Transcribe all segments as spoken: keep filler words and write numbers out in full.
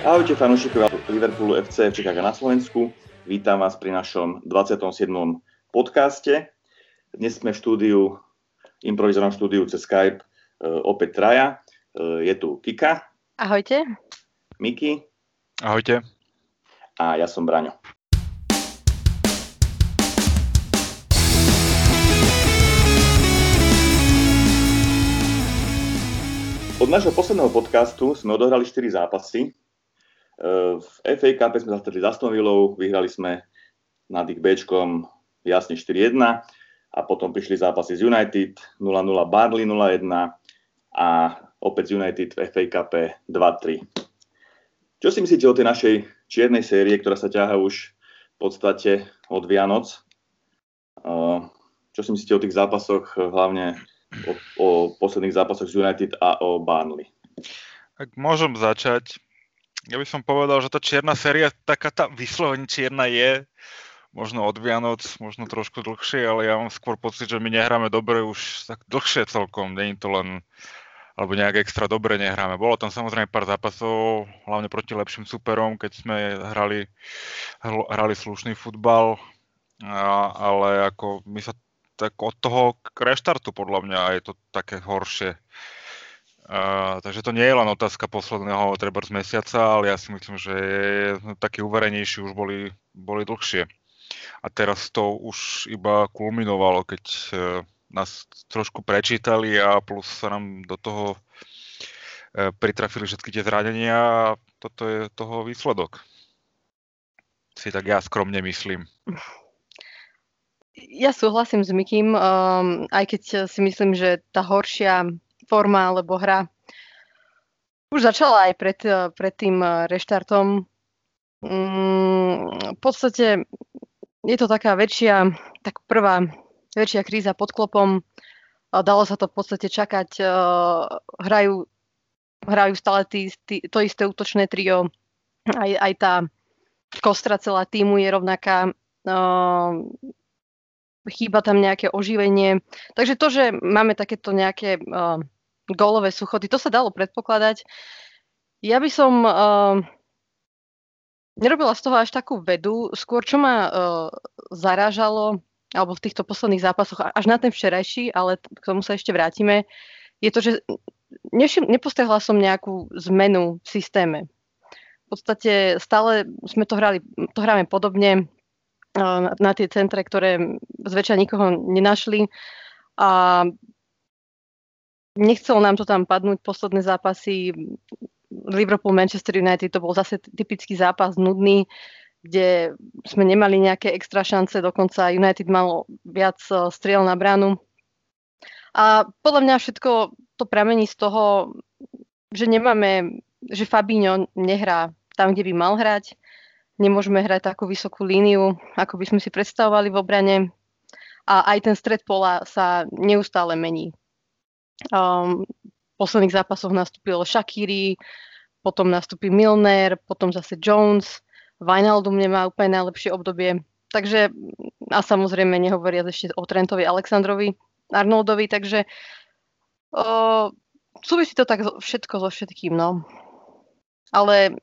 Ahojte fanúšikovia Liverpoolu ef cé v Čechách a na Slovensku. Vítam vás pri našom dvadsiatom siedmom podcaste. Dnes sme v štúdiu, improvizovanom štúdiu cez Skype e, opäť traja. E, je tu Kika. Ahojte. Miki. Ahojte. A ja som Braňo. Od nášho posledného podcastu sme odohrali štyri zápasy. V ef á Cupe sme zastreli s Aston Villou, vyhrali sme nad ich béčkom jasne štyri jedna a potom prišli zápasy z United nula nula, Burnley nula jedna a opäť z United v ef á Cupe dva tri. Čo si myslíte o tej našej čiernej série, ktorá sa ťaha už v podstate od Vianoc? Čo si myslíte o tých zápasoch, hlavne o, o posledných zápasoch z United a o Burnley? Ak môžem začať, ja by som povedal, že tá čierna séria, taká tá vyslovene čierna je, možno od Vianoc, možno trošku dlhšie, ale ja mám skôr pocit, že my nehráme dobre už tak dlhšie celkom, nie je to len, alebo nejak extra dobre nehráme. Bolo tam samozrejme pár zápasov, hlavne proti lepším superom, keď sme hrali, hrali slušný futbal, a, ale ako my sa tak od toho k reštartu podľa mňa je to také horšie. Uh, takže to nie je len otázka posledného treba z mesiaca, ale ja si myslím, že takí uverenejší už boli, boli dlhšie. A teraz to už iba kulminovalo, keď uh, nás trošku prečítali a plus sa nám do toho uh, pritrafili všetky tie zranenia a toto je toho výsledok. Si tak ja skromne myslím. Ja súhlasím s Mikým, um, aj keď si myslím, že tá horšia forma alebo hra už začala aj pred, pred tým reštartom. Um, v podstate je to taká väčšia, tak prvá väčšia kríza pod klopom. Dalo sa to v podstate čakať. Uh, hrajú, hrajú stále tý, tý, to isté útočné trio. Aj, aj tá kostra celá týmu je rovnaká. Uh, chýba tam nejaké oživenie. Takže to, že máme takéto nejaké uh, gólové suchoty, to sa dalo predpokladať. Ja by som uh, nerobila z toho až takú vedu. Skôr, čo ma uh, zarážalo, alebo v týchto posledných zápasoch, až na ten včerajší, ale k tomu sa ešte vrátime, je to, že nevšim, nepostrehla som nejakú zmenu v systéme. V podstate stále sme to hrali, to hráme podobne, na tie centre, ktoré zväčša nikoho nenašli a nechcelo nám to tam padnúť posledné zápasy. Liverpool, Manchester United, to bol zase typický zápas nudný, kde sme nemali nejaké extra šance, dokonca United malo viac striel na bránu. A podľa mňa všetko to pramení z toho, že nemáme, že Fabinho nehrá tam, kde by mal hrať. Nemôžeme hrať takú vysokú líniu, ako by sme si predstavovali v obrane. A aj ten stred pola sa neustále mení. Um, v posledných zápasoch nastúpil Shaqiri, potom nastúpi Milner, potom zase Jones, Wijnaldum nemá úplne najlepšie obdobie. Takže, a samozrejme nehovoriac ešte o Trentovi Alexandrovi, Arnoldovi, takže uh, súvisí to tak všetko so všetkým, no. Ale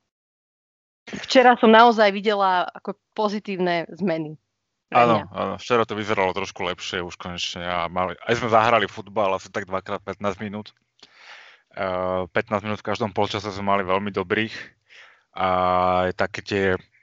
včera som naozaj videla ako pozitívne zmeny. Áno, áno, včera to vyzeralo trošku lepšie už konečne. A mali, aj sme zahrali futbal asi tak dvakrát pätnásť minút. Uh, pätnásť minút v každom polčase sme mali veľmi dobrých. A také tie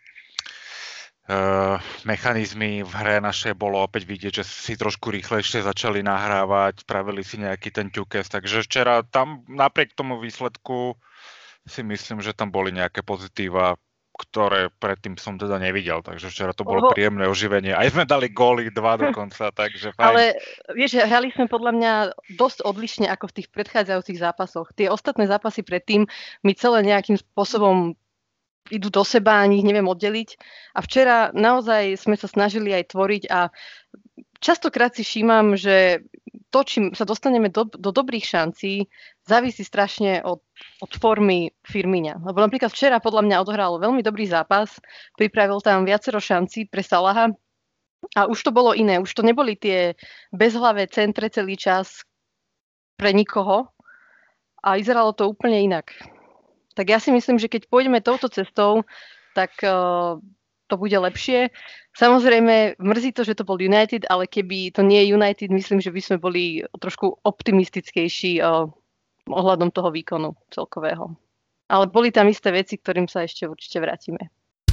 uh, mechanizmy v hre našej bolo opäť vidieť, že si trošku rýchlejšie začali nahrávať, pravili si nejaký ten ťukes. Takže včera tam napriek tomu výsledku si myslím, že tam boli nejaké pozitíva, ktoré predtým som teda nevidel, takže včera to bolo Oho. príjemné oživenie. Aj sme dali góly, dva dokonca, takže fajn. Ale vieš, hrali sme podľa mňa dosť odlišne ako v tých predchádzajúcich zápasoch. Tie ostatné zápasy predtým mi celé nejakým spôsobom idú do seba, ani ich neviem oddeliť. A včera naozaj sme sa snažili aj tvoriť a častokrát si všímam, že to, čím sa dostaneme do, do dobrých šancí, závisí strašne od, od formy Firmíňa. Lebo napríklad včera podľa mňa odohral veľmi dobrý zápas, pripravil tam viacero šancí pre Salaha a už to bolo iné. Už to neboli tie bezhlavé centre celý čas pre nikoho a vyzeralo to úplne inak. Tak ja si myslím, že keď pôjdeme touto cestou, tak uh, to bude lepšie. Samozrejme, mrzí to, že to bol United, ale keby to nie je United, myslím, že by sme boli trošku optimistickejší uh, ohľadom toho výkonu celkového. Ale boli tam isté veci, ktorým sa ešte určite vrátime.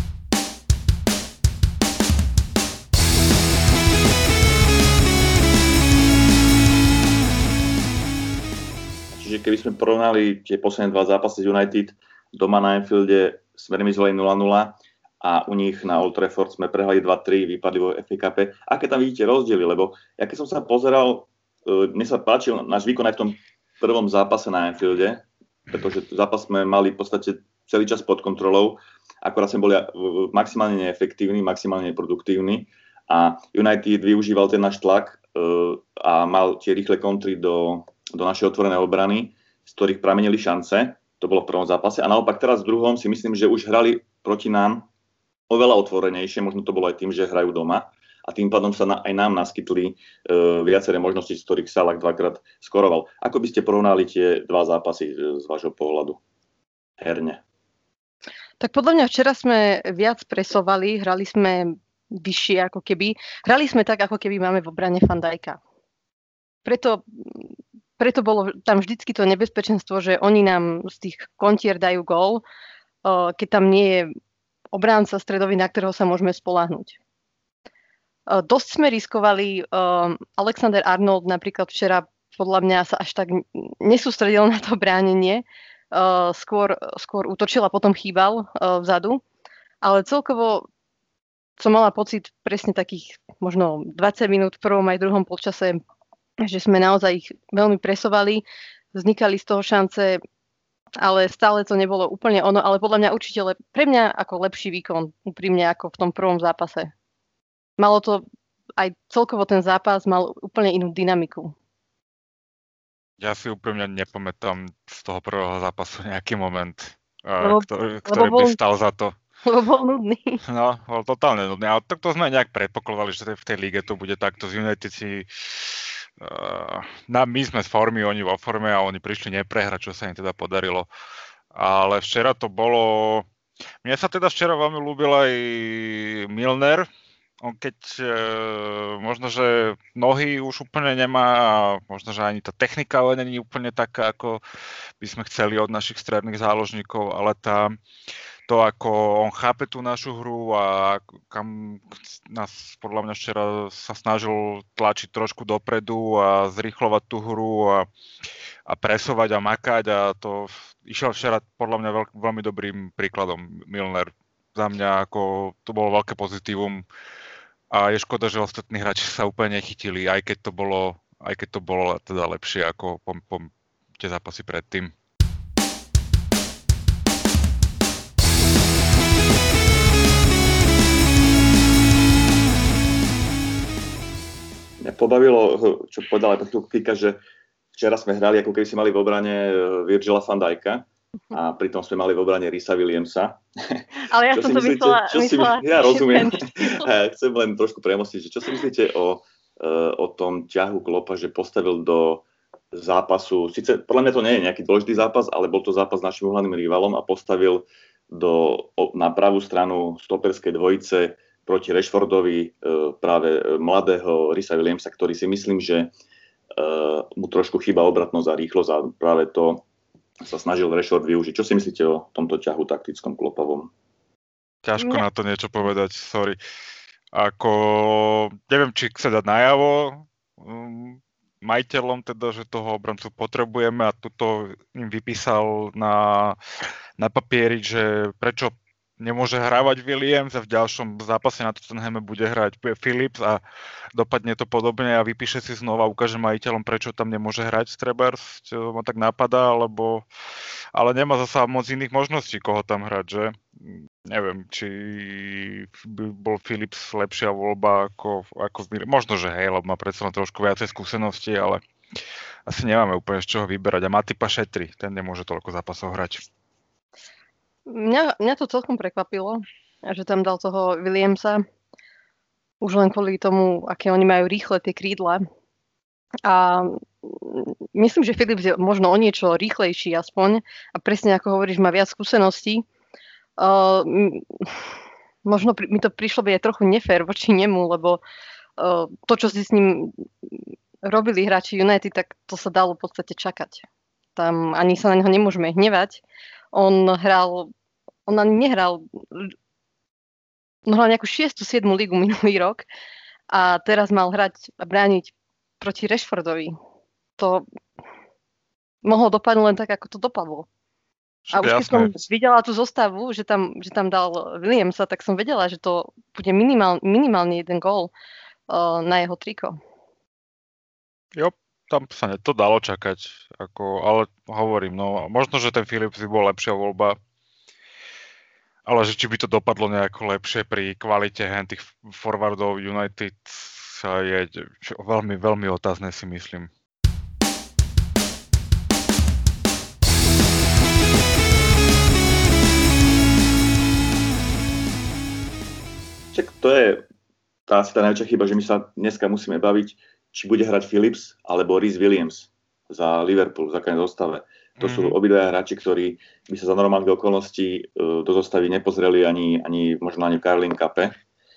Čiže keby sme porovnali tie posledné dva zápasy z United, doma na Anfielde sme remizovali nula nula a u nich na Old Trafford sme prehrali dva tri, vypadli vo ef á Cupe. Aké tam vidíte rozdiely? Lebo ja keď som sa pozeral, mne sa páčil náš výkon aj v tom prvom zápase na Anfielde, pretože zápas sme mali v podstate celý čas pod kontrolou, akorát sme boli maximálne neefektívni, maximálne neproduktívni a United využíval ten náš tlak a mal tie rýchle kontry do, do našej otvorenej obrany, z ktorých pramenili šance. To bolo v prvom zápase. A naopak teraz v druhom si myslím, že už hrali proti nám oveľa otvorenejšie, možno to bolo aj tým, že hrajú doma. A tým pádom sa na, aj nám naskytli uh, viaceré možnosti, z ktorých Salah dvakrát skoroval. Ako by ste porovnali tie dva zápasy z vášho pohľadu herne? Tak podľa mňa včera sme viac presovali, hrali sme vyššie ako keby. Hrali sme tak, ako keby máme v obrane Van Dijka. Preto, preto bolo tam vždycky to nebezpečenstvo, že oni nám z tých kontier dajú gól, uh, keď tam nie je obránca stredový, na ktorého sa môžeme spoľahnúť. Dosť sme riskovali, um, Alexander Arnold napríklad včera podľa mňa sa až tak nesústredil na to bránenie, uh, skôr, skôr útočil a potom chýbal uh, vzadu, ale celkovo som mala pocit presne takých možno dvadsať minút v prvom aj druhom polčase, že sme naozaj ich veľmi presovali, vznikali z toho šance, ale stále to nebolo úplne ono, ale podľa mňa určite le- pre mňa ako lepší výkon, úprimne ako v tom prvom zápase. Malo to, aj celkovo ten zápas mal úplne inú dynamiku. Ja si úprimne nepamätám z toho prvého zápasu nejaký moment, lebo, ktorý, ktorý bol, by stal za to. Lebo bol nudný. No, bol totálne nudný, ale tak to sme nejak predpokladali, že v tej líge to bude takto. Z United si... Uh, na, my sme z formy, oni vo forme a oni prišli neprehrať, čo sa im teda podarilo. Ale včera to bolo... Mne sa teda včera veľmi ľúbil aj Milner. On keď e, možno, že nohy už úplne nemá a možno, že ani tá technika ale nie je úplne taká, ako by sme chceli od našich stredných záložníkov, ale tá, to, ako on chápe tú našu hru a kam nás podľa mňa včera sa snažil tlačiť trošku dopredu a zrýchlovať tú hru a, a presovať a makať a to išiel včera podľa mňa veľk, veľmi dobrým príkladom Milner. Za mňa ako to bolo veľké pozitívum. A je škoda, že ostatní hráči sa úplne nechytili, aj keď to bolo, aj keď to bolo teda lepšie ako po, po tie zápasy predtým. Mňa pobavilo, čo povedal aj Petr Kika, že včera sme hrali, ako keby si mali v obrane Virgila van Dijka a pritom sme mali v obrane Risa Williamsa. Ale ja čo som to myslela... Čo myslela si, ja rozumiem. Chcem len trošku premostiť, že čo si myslíte o, o tom ťahu Kloppa, že postavil do zápasu, síce podľa mňa to nie je nejaký dôležitý zápas, ale bol to zápas s našim uhlavným rivalom a postavil do, na pravú stranu stoperskej dvojice proti Rashfordovi práve mladého Risa Williamsa, ktorý si myslím, že mu trošku chýba obratnosť a rýchlosť a práve to sa snažil Rashford využiť. Čo si myslíte o tomto ťahu taktickom Kloppovom? Ťažko na to niečo povedať, sorry. Ako, neviem, či chce dať najavo um, majiteľom, teda, že toho obrancu potrebujeme a tuto im vypísal na, na papieri, že prečo nemôže hrávať Williams a v ďalšom zápase na Tottenhame bude hrať Phillips a dopadne to podobne a vypíše si znova, ukáže majiteľom, prečo tam nemôže hrať Trebers, čo ma tak napadá, alebo ale nemá zasa moc iných možností, koho tam hrať, že? Neviem, či by bol Phillips lepšia voľba ako, ako možno, že hej, lebo má predsa len trošku viacej skúseností, ale asi nemáme úplne z čoho vyberať. A Matipa šetri, ten nemôže toľko zápasov hrať. Mňa, mňa to celkom prekvapilo, že tam dal toho Williamsa. Už len kvôli tomu, aké oni majú rýchle tie krídla. A myslím, že Philips je možno o niečo rýchlejší aspoň a presne ako hovoríš, má viac skúseností. Uh, možno pri, mi to prišlo byť aj trochu nefér voči nemu, lebo uh, to, čo si s ním robili hráči United, tak to sa dalo v podstate čakať. Tam ani sa na neho nemôžeme hnevať. On hral, on ani nehral, on hral nejakú šiestu siedmu ligu minulý rok a teraz mal hrať a brániť proti Rashfordovi. To mohlo dopadnúť len tak, ako to dopadlo. A už keď som videla tú zostavu, že tam, že tam dal Williamsa, tak som vedela, že to bude minimál, minimálne jeden gól uh, na jeho triko. Jo, tam sa ne, to dalo čakať, ako, ale hovorím, no možno, že ten Philips by bol lepšia voľba, ale že či by to dopadlo nejako lepšie pri kvalite tých forwardov United je veľmi, veľmi otázne, si myslím. Čak to je tá asi tá najväčšia chyba, že my sa dneska musíme baviť, či bude hrať Phillips alebo Rhys Williams za Liverpool v základnej zostave. To mm-hmm. sú obidvaja hráči, ktorí by sa za normálnych okolností uh, do zostavy nepozreli ani, ani možno ani v Carling Cupe.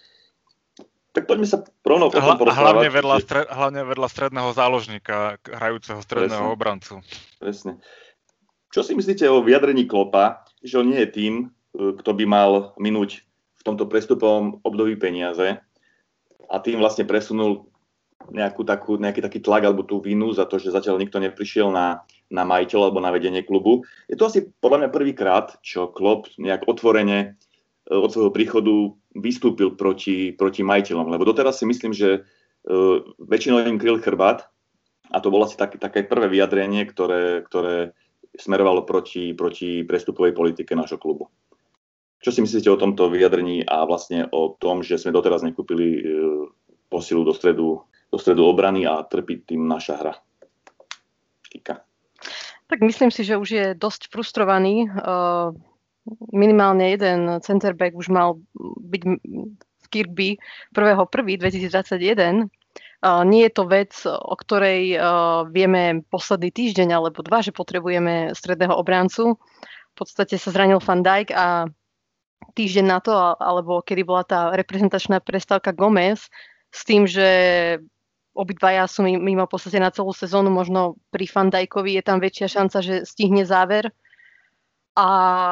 Tak poďme sa rovno potom porozprávať. Hlavne vedľa, stred, hlavne vedľa stredného záložníka, hrajúceho stredného Presne. obrancu. Presne. Čo si myslíte o vyjadrení Kloppa, že on nie je tým, kto by mal minúť v tomto prestupovom období peniaze a tým vlastne presunul nejakú takú, nejaký taký tlak alebo tú vinu za to, že zatiaľ nikto neprišiel na, na majiteľ alebo na vedenie klubu. Je to asi podľa mňa prvýkrát, čo Klopp nejak otvorene od svojho príchodu vystúpil proti, proti majiteľom. Lebo doteraz si myslím, že uh, väčšinou im kryl chrbát a to bolo asi tak, také prvé vyjadrenie, ktoré, ktoré smerovalo proti, proti prestupovej politike nášho klubu. Čo si myslíte o tomto vyjadrení a vlastne o tom, že sme doteraz nekúpili uh, posilu do stredu do stredu obrany a trpí tým naša hra? Kika. Tak myslím si, že už je dosť frustrovaný. Uh, minimálne jeden centerback už mal byť v Kirkby prvého prvého dvetisícdvadsaťjeden. Uh, nie je to vec, o ktorej uh, vieme posledný týždeň alebo dva, že potrebujeme stredného obrancu. V podstate sa zranil Van Dijk a týždeň na to, alebo kedy bola tá reprezentačná prestávka Gomez, s tým, že obidvaja sú mimo podstate na celú sezónu, možno pri Van Dijkovi je tam väčšia šanca, že stihne záver. A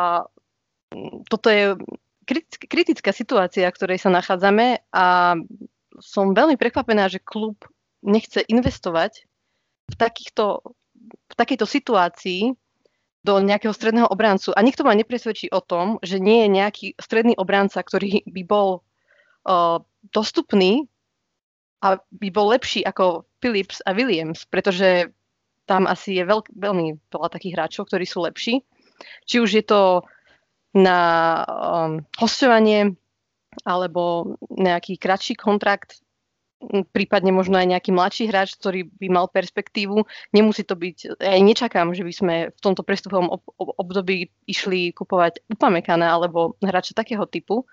toto je kritická situácia, v ktorej sa nachádzame a som veľmi prekvapená, že klub nechce investovať v, takýchto, v takejto situácii do nejakého stredného obrancu. A nikto ma nepresvedčí o tom, že nie je nejaký stredný obranca, ktorý by bol uh, dostupný a by bol lepší ako Phillips a Williams, pretože tam asi je veľk, veľmi veľa takých hráčov, ktorí sú lepší. Či už je to na um, hosťovanie, alebo nejaký kratší kontrakt, prípadne možno aj nejaký mladší hráč, ktorý by mal perspektívu. Nemusí to byť, ja nečakám, že by sme v tomto prestupovom ob- období išli kupovať Upamecana alebo hráča takého typu.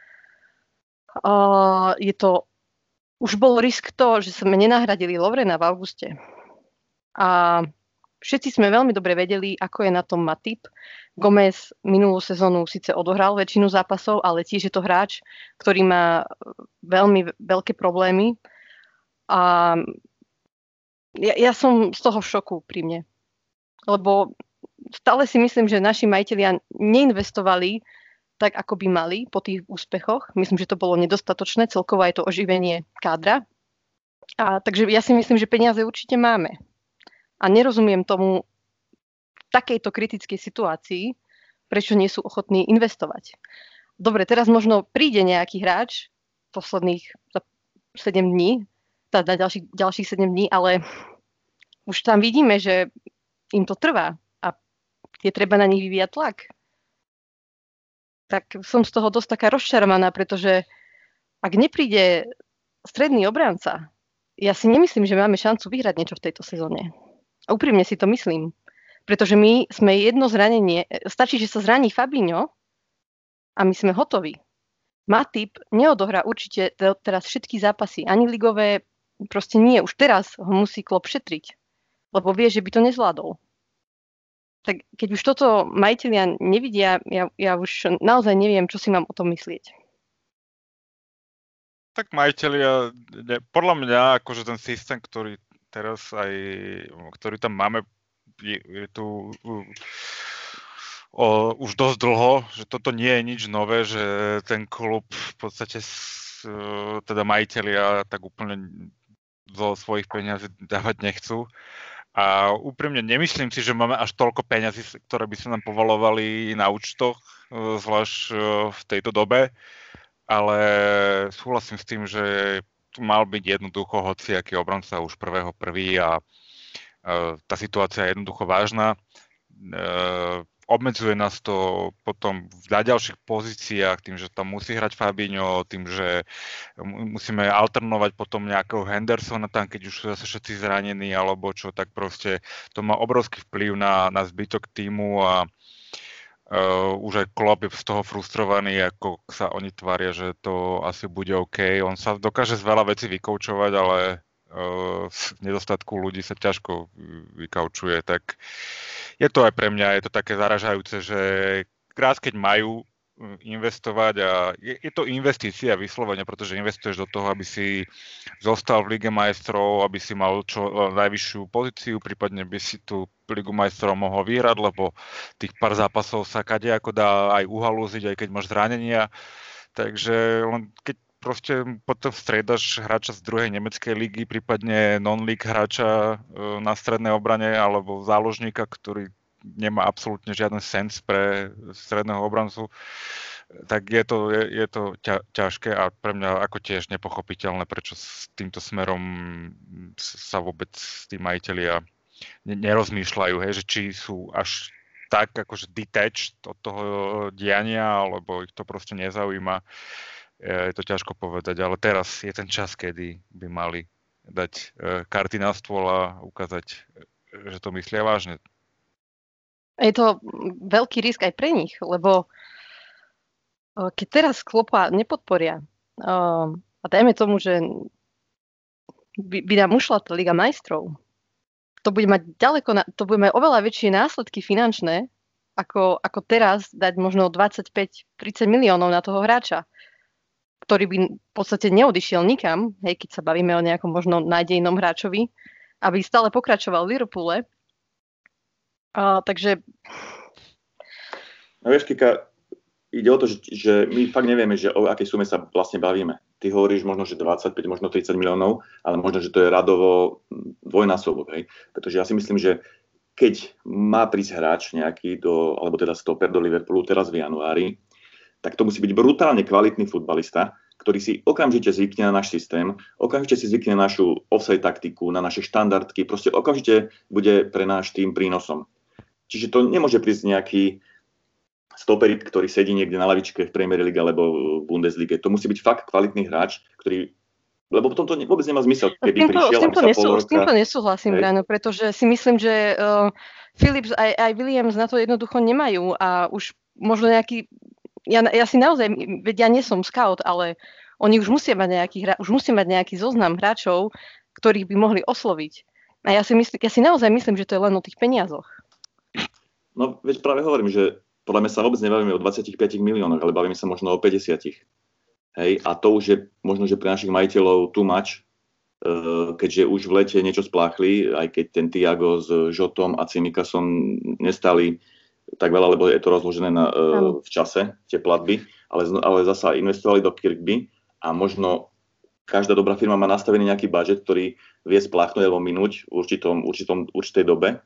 Uh, je to Už bol risk to, že sme nenahradili Lovrena v auguste. A všetci sme veľmi dobre vedeli, ako je na tom Matip. Gomez minulú sezónu síce odohral väčšinu zápasov, ale tiež je to hráč, ktorý má veľmi veľké problémy. A ja, ja som z toho v šoku pri mne. Lebo stále si myslím, že naši majitelia neinvestovali tak, ako by mali po tých úspechoch. Myslím, že to bolo nedostatočné, celkovo aj to oživenie kádra. A, takže ja si myslím, že peniaze určite máme. A nerozumiem tomu v takejto kritickej situácii, prečo nie sú ochotní investovať. Dobre, teraz možno príde nejaký hráč posledných za sedem dní, teda ďalších, ďalších sedem dní, ale už tam vidíme, že im to trvá a je treba na nich vyvíjať tlak. Tak som z toho dosť taká rozčarovaná, pretože ak nepríde stredný obranca, ja si nemyslím, že máme šancu vyhrať niečo v tejto sezóne. A úprimne si to myslím. Pretože my sme jedno zranenie, stačí, že sa zraní Fabinho a my sme hotoví. Matip neodohrá určite teraz všetky zápasy, ani ligové, proste nie. Už teraz ho musí Klopp šetriť. lebo vie, že by to nezvládol. Tak keď už toto majitelia nevidia, ja, ja už naozaj neviem, čo si mám o tom myslieť. Tak majitelia, ne, podľa mňa, akože ten systém, ktorý teraz aj, ktorý tam máme, je, je tu uh, o, už dosť dlho, že toto nie je nič nové, že ten klub v podstate s, uh, teda majitelia tak úplne zo svojich peniazí dávať nechcú. A úprimne nemyslím si, že máme až toľko peňazí, ktoré by sa nám povalovali na účtoch, zvlášť v tejto dobe, ale súhlasím s tým, že tu mal byť jednoducho hociaký obranca už prvého prvý a tá situácia je jednoducho vážna. Obmedzuje nás to potom na ďalších pozíciách, tým, že tam musí hrať Fabinho, tým, že musíme alternovať potom nejakého Hendersona tam, keď už sú zase všetci zranení alebo čo, tak proste to má obrovský vplyv na, na zbytok tímu a uh, už aj Klopp je z toho frustrovaný, ako sa oni tvária, že to asi bude OK. On sa dokáže z veľa vecí vykoučovať, ale uh, z nedostatku ľudí sa ťažko vykaučuje, tak je to aj pre mňa, je to také zaražajúce, že raz keď majú investovať a je, je to investícia vyslovene, pretože investuješ do toho, aby si zostal v Lige majstrov, aby si mal čo najvyššiu pozíciu, prípadne by si tú Ligu majstrov mohol vyhrať, lebo tých pár zápasov sa kadejako dá aj uhalúziť, aj keď máš zranenia. Takže len keď proste potom striedaš hráča z druhej nemeckej ligy, prípadne non-league hráča na strednej obrane alebo záložníka, ktorý nemá absolútne žiaden sens pre stredného obrancu, tak je to, je, je to ťa, ťažké a pre mňa ako tiež nepochopiteľné, prečo s týmto smerom sa vôbec tí majitelia nerozmýšľajú, hej, že či sú až tak akože detached od toho diania, alebo ich to proste nezaujíma. Je to ťažko povedať, ale teraz je ten čas, kedy by mali dať uh, karty na stôl a ukázať, že to myslia vážne. Je to veľký risk aj pre nich, lebo uh, keď teraz Kloppa nepodporia uh, a dajme tomu, že by, by nám ušla tá Liga majstrov, to bude mať ďaleko, na, to bude mať oveľa väčšie následky finančné, ako, ako teraz dať možno dvadsaťpäť tridsať miliónov na toho hráča, ktorý by v podstate neodišiel nikam, hej, keď sa bavíme o nejakom možno nádejnom hráčovi, aby stále pokračoval v Liverpoole. Uh, takže... No vieš, Kika, ide o to, že, že my fakt nevieme, že o akej sume sa vlastne bavíme. Ty hovoríš možno, že dvadsaťpäť, možno tridsať miliónov, ale možno, že to je radovo dvojnásobok, hej. Pretože ja si myslím, že keď má prísť hráč nejaký, do, alebo teda stoper do Liverpoolu teraz v januári, tak to musí byť brutálne kvalitný futbalista, ktorý si okamžite zvykne na náš systém, okamžite si zvykne na našu offside taktiku, na naše štandardky, proste okamžite bude pre náš tým prínosom. Čiže to nemôže prísť nejaký stoperit, ktorý sedí niekde na lavičke v Premier League alebo v Bundeslige. To musí byť fakt kvalitný hráč, ktorý... Lebo potom to vôbec nemá zmysel, keby týmto, prišiel... S týmto, nesú, roka... s týmto nesúhlasím, Brano, pretože si myslím, že uh, Phillips aj, aj Williams na to jednoducho nemajú a už možno nejaký... Ja, ja si naozaj, veď ja nie som scout, ale oni už musia mať nejaký, už musia mať nejaký zoznam hráčov, ktorých by mohli osloviť. A ja si, mysl, ja si naozaj myslím, že to je len o tých peniazoch. No, veď práve hovorím, že podľa mňa sa vôbec nebavíme o dvadsaťpäť miliónoch, ale bavíme sa možno o päťdesiat. Hej, a to už je možno, že pre našich majiteľov too much, keďže už v lete niečo spláchli, aj keď ten Thiago s Jotom a Cimikasom nestali tak veľa, lebo je to rozložené na, uh, v čase, tie platby, ale, ale zasa investovali do Kirkby a možno každá dobrá firma má nastavený nejaký budget, ktorý vie spláchnuť alebo minúť v určitom, určitom, určitej dobe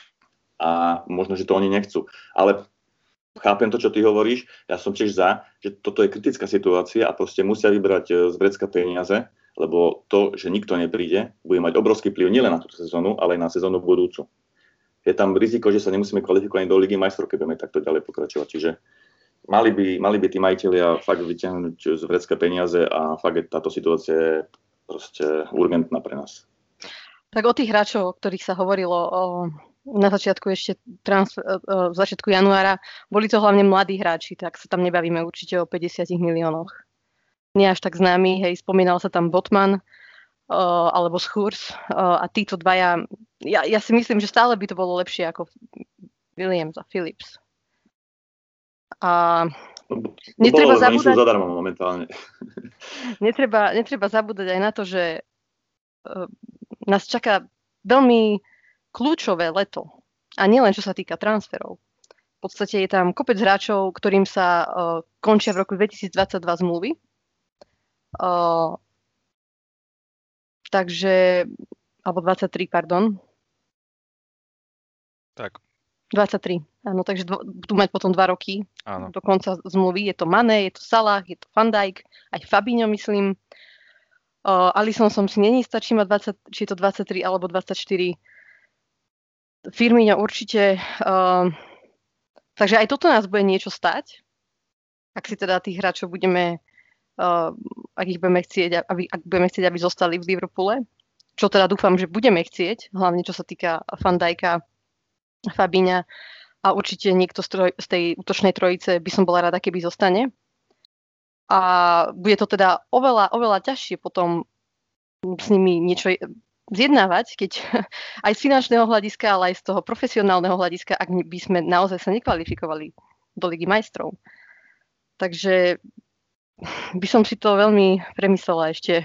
a možno, že to oni nechcú. Ale chápem to, čo ty hovoríš, ja som tiež za, že toto je kritická situácia a proste musia vybrať z vrecka peniaze, lebo to, že nikto nepríde, bude mať obrovský vplyv nielen na túto sezónu, ale aj na sezónu budúcu. Je tam riziko, že sa nemusíme kvalifikovať do Ligy majstrov, keď budeme takto ďalej pokračovať. Čiže mali by, mali by tí majitelia fakt vyťahnuť z vrecka peniaze a fakt táto situácia je proste urgentná pre nás. Tak o tých hráčov, o ktorých sa hovorilo o, na začiatku ešte transfer, o, v začiatku januára, boli to hlavne mladí hráči, tak sa tam nebavíme určite o päťdesiat miliónoch. Nie až tak známy, hej, spomínal sa tam Botman o, alebo Schurz o, a títo dvaja ja, ja si myslím, že stále by to bolo lepšie ako Williams a Phillips. A No, netreba bolo, zabúdať... zabúdať... zadarmo momentálne. netreba, netreba zabúdať aj na to, že uh, nás čaká veľmi kľúčové leto. A nielen čo sa týka transferov. V podstate je tam kopec hráčov, ktorým sa uh, končia v roku dvetisícdvadsaťdva zmluvy. Uh, takže, alebo dvadsaťtri, pardon. Tak. dvadsaťtri, áno, takže dvo, budú mať potom dva roky áno. do konca zmluvy. Je to Mané, je to Salah, je to Van Dijk, aj Fabinho, myslím. Uh, Alisson som si není istá, či, má dvadsať, či je to dvadsaťtri alebo dvadsaťštyri. Firmino určite. Uh, takže aj toto nás bude niečo stať. Ak si teda tých hráčov budeme, uh, ak ich budeme chcieť, aby, ak budeme chcieť, aby zostali v Liverpoole, čo teda dúfam, že budeme chcieť, hlavne čo sa týka Van Dijka, Fabíňa a určite niekto z, troj, z tej útočnej trojice by som bola rada, keby zostane. A bude to teda oveľa, oveľa ťažšie potom s nimi niečo zjednávať, keď aj z finančného hľadiska, ale aj z toho profesionálneho hľadiska, ak by sme naozaj sa nekvalifikovali do Ligy majstrov. Takže by som si to veľmi premyslela ešte,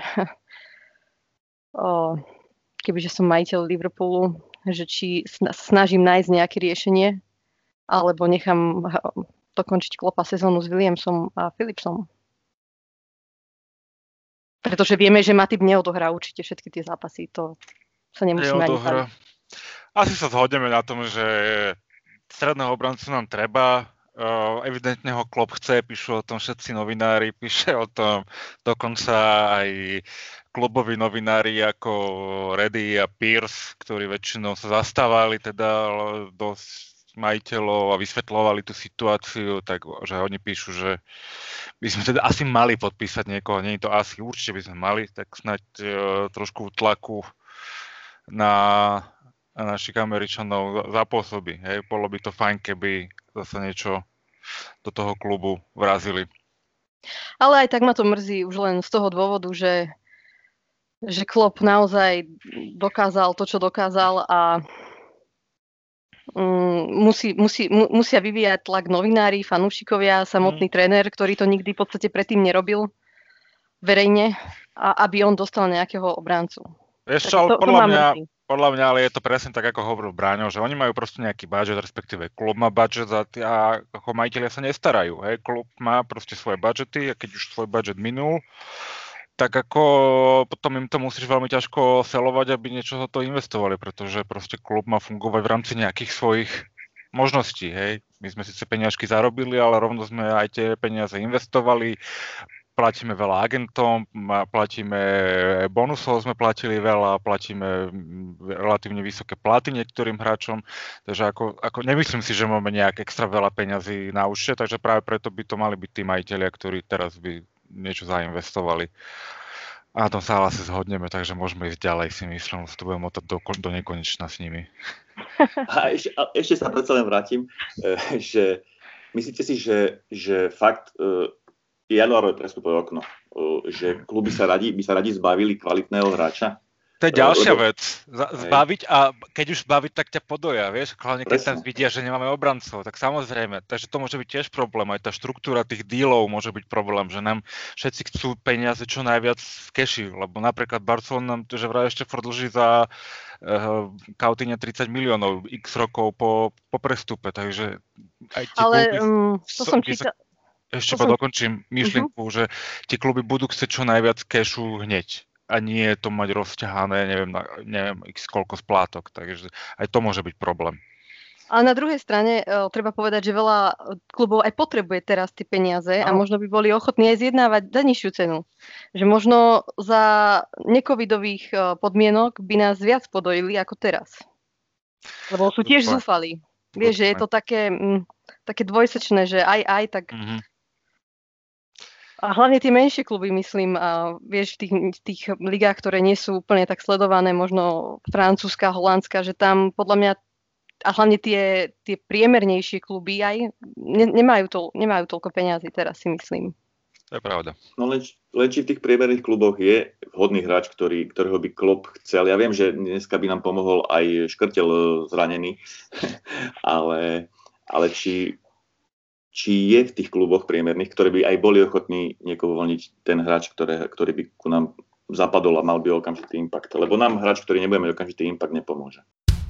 o, kebyže som majiteľ Liverpoolu, že či snažím nájsť nejaké riešenie, alebo nechám dokončiť Kloppa sezónu s Williamsom a Philipsom. Pretože vieme, že Matip neodohrá určite všetky tie zápasy. To sa nemusíme ani baviť. Asi sa zhodneme na tom, že stredného obrancu nám treba. Uh, evidentne ho Klopp chce, píšu o tom všetci novinári, píše o tom dokonca aj kluboví novinári ako Reddy a Pierce, ktorí väčšinou sa zastávali teda dosť majiteľov a vysvetľovali tú situáciu, takže oni píšu, že by sme teda asi mali podpísať niekoho, nie je to asi, určite by sme mali, tak snáď uh, trošku tlaku na, na našich Američanov zapôsobí. Hej. Bolo by to fajn, keby zase niečo do toho klubu vrazili. Ale aj tak ma to mrzí už len z toho dôvodu, že, že Klopp naozaj dokázal to, čo dokázal a um, musí, musí, mu, musia vyvíjať tlak novinári, fanúšikovia, samotný mm. tréner, ktorý to nikdy v podstate predtým nerobil verejne, a aby on dostal nejakého obráncu. Vieš čo, ale podľa mňa, podľa mňa, ale je to presne tak, ako hovoril Bráňo, že oni majú proste nejaký budget, respektíve klub má budget a, tí, a ako majiteľia sa nestarajú. Hej. Klub má proste svoje budžety a keď už svoj budget minul, tak ako potom im to musíš veľmi ťažko selovať, aby niečo za to investovali, pretože proste klub má fungovať v rámci nejakých svojich možností. Hej. My sme síce peniažky zarobili, ale rovno sme aj tie peniaze investovali. Platíme veľa agentom, platíme bonusov, sme platili veľa, platíme relatívne vysoké platy niektorým hráčom, takže ako, ako nemyslím si, že máme nejak extra veľa peňazí na účte, takže práve preto by to mali byť tí majitelia, ktorí teraz by niečo zainvestovali. A na tom sa asi zhodneme, takže môžeme ísť ďalej, si myslím, že to budeme motať do, do nekonečna s nimi. A ešte, a ešte sa predsa len vrátim, že myslíte si, že, že fakt januárové prestupové okno, že kluby sa radi, by sa radi zbavili kvalitného hráča? To je ďalšia Lebo... vec. Zbaviť a keď už zbaviť, tak ťa podoja, vieš? Hlavne keď tam vidia, že nemáme obrancov, tak samozrejme. Takže to môže byť tiež problém. Aj tá štruktúra tých dílov môže byť problém, že nám všetci chcú peniaze čo najviac v keši, lebo napríklad Barcelona nám že vraj ešte furt dlží za uh, Coutinho tridsať miliónov x rokov po, po prestupe, takže aj tie Ale kluby... Um, to som čítal. Ešte pa dokončím myšlienku, uh-huh. že tie kluby budú chcieť čo najviac kešu hneď a nie to mať rozťahané, neviem, neviem x koľko splátok, takže aj to môže byť problém. Ale na druhej strane uh, treba povedať, že veľa klubov aj potrebuje teraz tie peniaze no. a možno by boli ochotní aj zjednávať za nižšiu cenu. Že možno za necovidových uh, podmienok by nás viac podojili ako teraz. Lebo sú tiež zúfali. Vieš, že je to také, m, také dvojsečné, že aj aj tak... Mm-hmm. A hlavne tie menšie kluby, myslím, a vieš, v tých, v tých ligách, ktoré nie sú úplne tak sledované, možno francúzska, holandská, že tam podľa mňa, a hlavne tie, tie priemernejšie kluby aj ne, nemajú, to, nemajú toľko peňazí teraz, si myslím. To je pravda. No len, len či v tých priemerných kluboch je vhodný hráč, ktorý, ktorého by Klopp chcel. Ja viem, že dneska by nám pomohol aj Škrtel zranený, ale, ale či, či je v tých kluboch priemerných, ktoré by aj boli ochotní niekoho uvoľniť ten hráč, ktoré, ktorý by ku nám zapadol a mal by okamžitý impact. Lebo nám hráč, ktorý nebude mať okamžitý impact, nepomôže.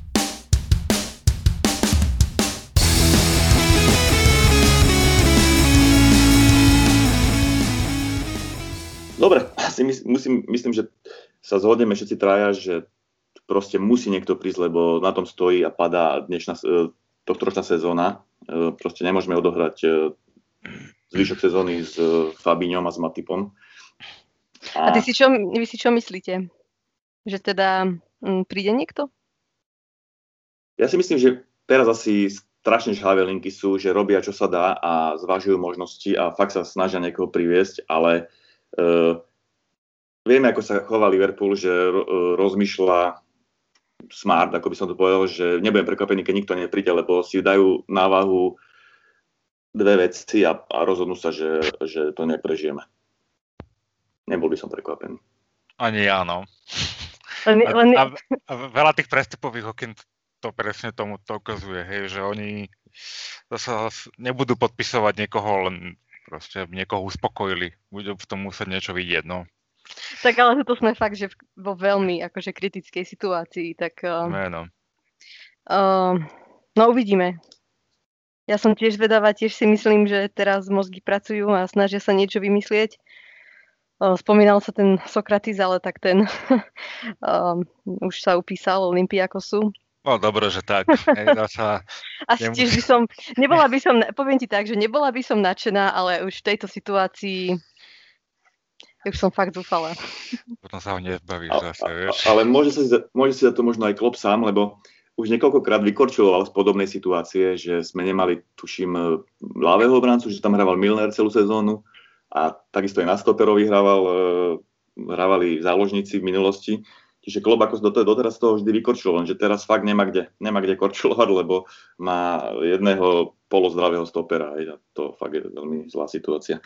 Dobre, asi musím, myslím, že sa zhodneme všetci traja, že proste musí niekto prísť, lebo na tom stojí a padá dnešná, tohtoročná sezóna. Proste nemôžeme odohrať zvyšok sezóny s Fabinhom a s Matipom. A, a ty si čo, vy si čo myslíte? Že teda m, príde niekto? Ja si myslím, že teraz asi strašne žhavé linky sú, že robia, čo sa dá a zvažujú možnosti a fakt sa snažia niekoho priviesť, ale Uh, vieme, ako sa chová Liverpool, že uh, rozmýšľa smart, ako by som to povedal, že nebudem prekvapený, keď nikto nepríde, lebo si dajú na váhu dve veci a, a rozhodnú sa, že, že to neprežijeme. Nebol by som prekvapený. Ani ja, no. Len, a, len... a, a veľa tých prestupových okien to presne tomu to ukazuje, hej, že oni zase nebudú podpisovať niekoho len proste niekoho uspokojili. Budú v tom musieť niečo vidieť, no. Tak ale to sme fakt, že vo veľmi akože kritickej situácii, tak... Uh, no. Uh, no uvidíme. Ja som tiež zvedavá, tiež si myslím, že teraz mozgy pracujú a snažia sa niečo vymyslieť. Uh, spomínal sa ten Sokratis, ale tak ten uh, už sa upísal Olympiakosu. No dobre, že tak. Hej, sa Asi nemus- tiež by som, nebola by som, poviem ti tak, že nebola by som nadšená, ale už v tejto situácii už som fakt zúfala. Potom sa ho nezbavíš zase, vieš. Ale môže sa, môže si za to možno aj Klopp sám, lebo už niekoľkokrát vykorčuloval z podobnej situácie, že sme nemali, tuším, ľavého obrancu, že tam hrával Milner celú sezónu a takisto aj na stoperovi hrával, hrávali záložníci v minulosti. Čiže Klopp ako doteraz toho vždy vykorčuloval, že teraz fakt nemá kde, nemá kde korčulovať, lebo má jedného polozdravého stopera. A to fakt je veľmi zlá situácia.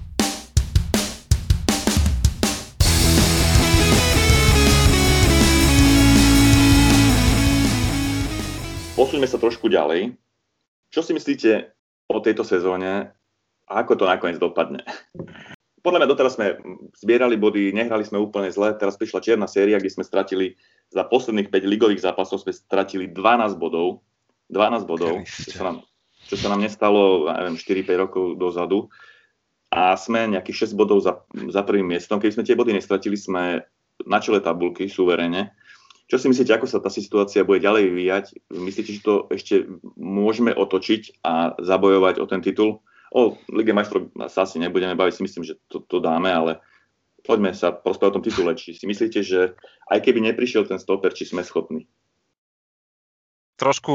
Posúďme sa trošku ďalej. Čo si myslíte o tejto sezóne a ako to nakoniec dopadne? Podľa mňa doteraz sme zbierali body, nehrali sme úplne zle, teraz prišla čierna séria, kde sme stratili za posledných päť ligových zápasov sme stratili dvanásť bodov. dvanásť bodov, čo sa, nám, čo sa nám nestalo, neviem, štyri päť rokov dozadu. A sme nejakých šesť bodov za, za prvým miestom. Keby sme tie body nestratili, sme na čele tabulky, suverene. Čo si myslíte, ako sa tá situácia bude ďalej vyvíjať? Myslíte, že to ešte môžeme otočiť a zabojovať o ten titul? O Lige majstrov sa asi nebudeme baviť, si myslím, že to, to dáme, ale poďme sa porozprávať o tom titule. Či si myslíte, že aj keby neprišiel ten stoper, či sme schopní? Trošku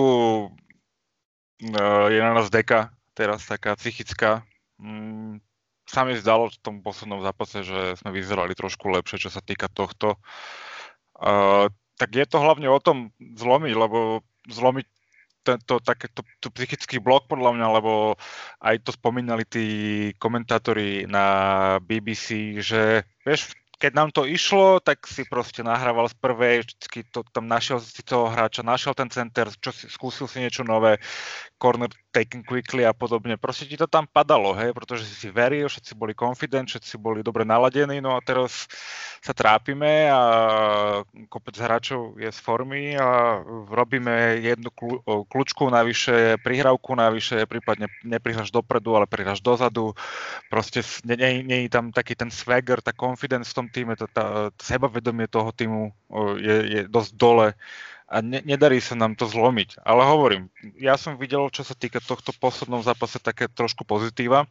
uh, je na nás deka teraz taká psychická. Mm, sa mi zdalo v tom poslednom zápase, že sme vyzerali trošku lepšie, čo sa týka tohto. Uh, tak je to hlavne o tom zlomiť, lebo zlomiť tento takéto psychický blok podľa mňa, lebo aj to spomínali tí komentátori na bé bé cé, že vieš, keď nám to išlo, tak si proste nahrával z prvej, vždycky to, tam našiel si toho hráča, našiel ten center, čo si, skúsil si niečo nové, corner taken quickly a podobne. Proste ti to tam padalo, hej, pretože si si veril, všetci boli confident, všetci boli dobre naladení, no a teraz sa trápime a kopec hráčov je z formy a robíme jednu kľú, kľúčku navyše, prihrávku navyše, prípadne neprihráš dopredu, ale prihráš dozadu. Proste nie, nie, nie je tam taký ten swagger, tá confidence v tom týme, tá, tá sebavedomie toho týmu je, je dosť dole. A ne, nedarí sa nám to zlomiť. Ale hovorím, ja som videl, čo sa týka tohto poslednom zápase, také trošku pozitíva,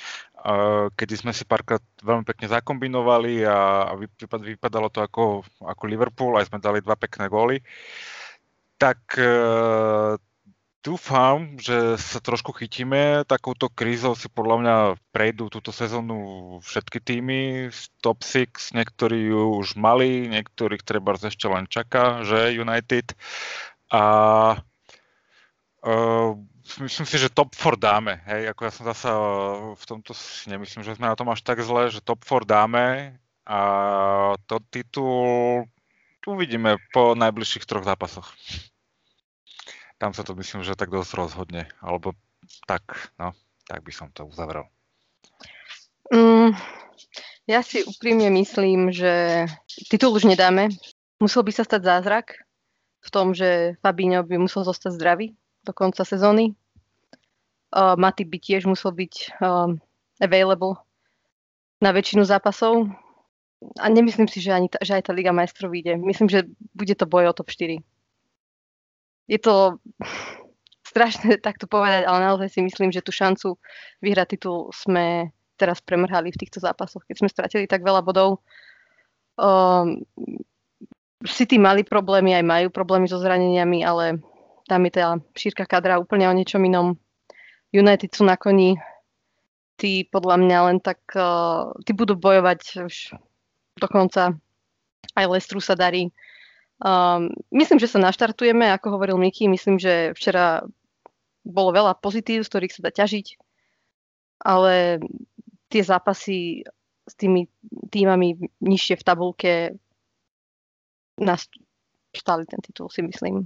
kedy sme si párkrát veľmi pekne zakombinovali a vypad, vypadalo to ako, ako Liverpool, aj sme dali dva pekné góly. Tak dúfam, že sa trošku chytíme. Takouto krízou si podľa mňa prejdú túto sezónu všetky týmy z top šesť, niektorí ju už mali, niektorých treba ešte len čaká, že United. A uh, myslím si, že top štyri dáme. Hej, ako ja som zasa v tomto si nemyslím, že sme na tom až tak zle, že top štyri dáme a to titul uvidíme po najbližších troch zápasoch. Tam sa to myslím, že tak dosť rozhodne. Alebo tak, no, tak by som to uzavrel. Mm, ja si úprimne myslím, že titul už nedáme. Musel by sa stať zázrak v tom, že Fabinho by musel zostať zdravý do konca sezóny. Uh, Matip by tiež musel byť um, available na väčšinu zápasov. A nemyslím si, že, ani ta, že aj tá Liga majstrov vyjde. Myslím, že bude to boj o top štyri. Je to strašné takto povedať, ale naozaj si myslím, že tú šancu vyhrať titul sme teraz premrhali v týchto zápasoch, keď sme stratili tak veľa bodov. Um, City mali problémy, aj majú problémy so zraneniami, ale tam je tá šírka kadra úplne o niečom inom. United sú na koni. Tí podľa mňa len tak... Uh, tí budú bojovať už dokonca. Aj Leicesteru sa darí. Um, myslím, že sa naštartujeme, ako hovoril Miky. Myslím, že včera bolo veľa pozitív, z ktorých sa dá ťažiť. Ale tie zápasy s tými týmami nižšie v tabulke nás stáli ten titul, si myslím.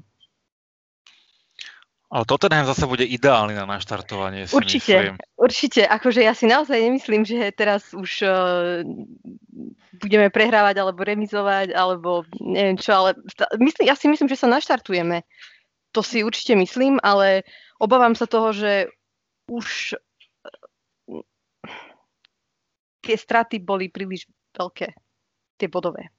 Ale Tottenham zase bude ideálny na naštartovanie, si určite, myslím. Určite, akože ja si naozaj nemyslím, že teraz už uh, budeme prehrávať alebo remizovať, alebo neviem čo, ale myslím, ja si myslím, že sa naštartujeme. To si určite myslím, ale obávam sa toho, že už tie straty boli príliš veľké, tie bodové.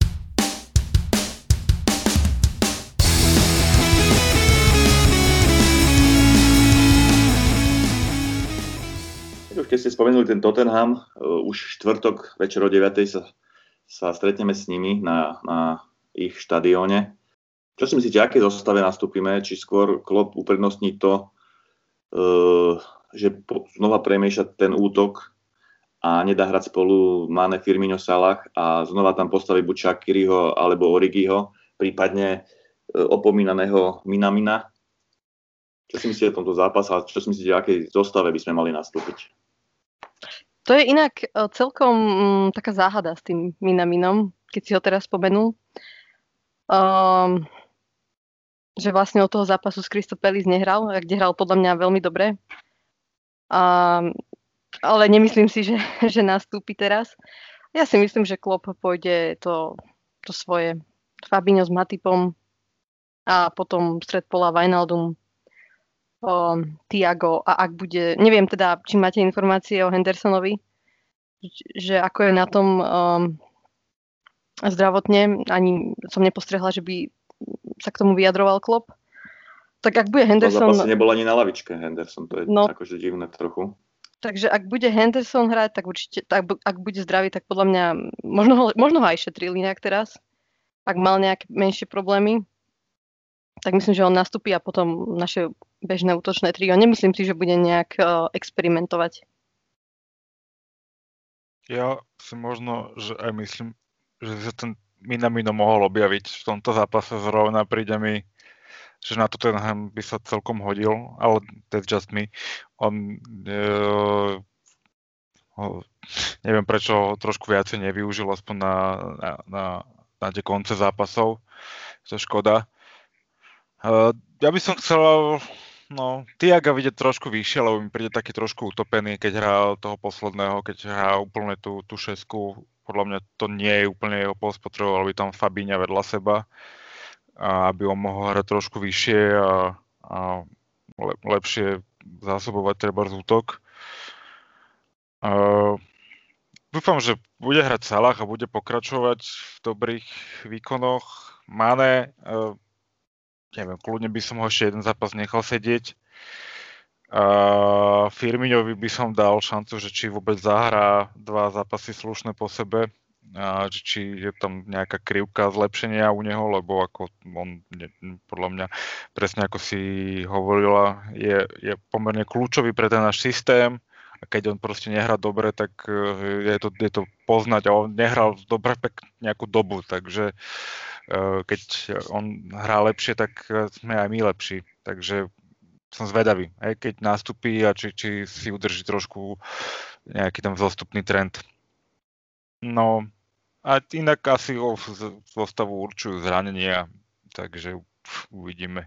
Už keď ste spomenuli ten Tottenham, už štvrtok večer o deviatej sa, sa stretneme s nimi na, na ich štadióne. Čo si myslíte, aké zostave nastúpime? Či skôr Klopp uprednostní to, uh, že po, znova premieša ten útok a nedá hrať spolu Mane, Firmino, Salah a znova tam postaví buď Shaqiriho alebo Origiho, prípadne uh, opomínaného Minamina. Čo si myslíte o tomto zápase a čo si myslíte, aké zostave by sme mali nastúpiť? To je inak celkom m, taká záhada s tým Minaminom, keď si ho teraz spomenul. Um, že vlastne od toho zápasu s Crystal Palace nehral, kde hral podľa mňa veľmi dobre. Um, ale nemyslím si, že, že nastúpi teraz. Ja si myslím, že Klopp pôjde to, to svoje Fabinho s Matipom a potom stred pola Wijnaldum, Um, Thiago a ak bude, neviem teda, či máte informácie o Hendersonovi, že ako je na tom um, zdravotne, ani som nepostrehla, že by sa k tomu vyjadroval Klopp. Tak ak bude Henderson... To zápase nebol ani na lavičke Henderson, to je no, akože divné trochu. Takže ak bude Henderson hrať, tak určite, tak, ak bude zdravý, tak podľa mňa, možno ho, možno ho aj šetrili nejak teraz, ak mal nejaké menšie problémy, tak myslím, že on nastúpi a potom naše bežné útočné trio. Nemyslím si, že bude nejak uh, experimentovať. Ja si možno, že aj myslím, že sa ten Minamino mohol objaviť v tomto zápase zrovna. Príde mi, že na Tottenham by sa celkom hodil, ale that's just me. On uh, uh, neviem, prečo ho trošku viacej nevyužil, aspoň na, na, na, na tie konce zápasov. To je škoda. Uh, ja by som chcel, no, Thiaga vidieť trošku vyššie, lebo mi príde taký trošku utopený, keď hrá toho posledného, keď hrá úplne tú, tú šesku. Podľa mňa to nie je úplne jeho post, potreboval by tam Fabinha vedľa seba, a aby on mohol hrať trošku vyššie a, a le, lepšie zásobovať treba z útok. Uh, dúfam, že bude hrať Salah a bude pokračovať v dobrých výkonoch. Mane, uh, neviem, kľudne by som ho ešte jeden zápas nechal sedieť. Uh, Firminovi by som dal šancu, že či vôbec zahrá dva zápasy slušné po sebe, uh, či je tam nejaká krivka zlepšenia u neho, lebo ako on, ne, podľa mňa, presne ako si hovorila, je, je pomerne kľúčový pre ten náš systém. A keď on proste nehrá dobre, tak uh, je, to, je to poznať. A on nehral dobre pek nejakú dobu, takže uh, keď on hrá lepšie, tak sme aj my lepší. Takže som zvedavý, aj keď nastupí a či, či si udrží trošku nejaký tam vzostupný trend. No a inak asi o zostavu určujú zranenia, takže pf, uvidíme.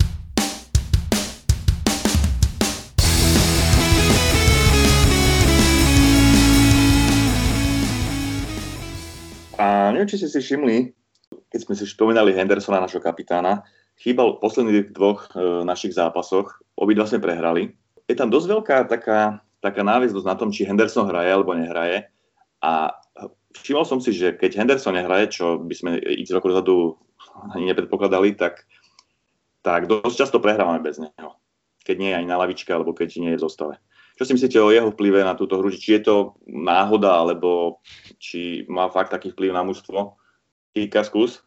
A neviem, či ste si všimli, keď sme si spomínali Hendersona, našho kapitána, chýbal v posledných dvoch e, našich zápasoch, obidva sme prehrali. Je tam dosť veľká taká, taká náväznosť na tom, či Henderson hraje alebo nehraje. A všimol som si, že keď Henderson nehraje, čo by sme x rokov dozadu ani nepredpokladali, tak, tak dosť často prehrávame bez neho. Keď nie je ani na lavičke, alebo keď nie je v zostave. Čo si myslíte o jeho vplyve na túto hru? Či je to náhoda, alebo či má fakt taký vplyv na mužstvo? Kika, skús.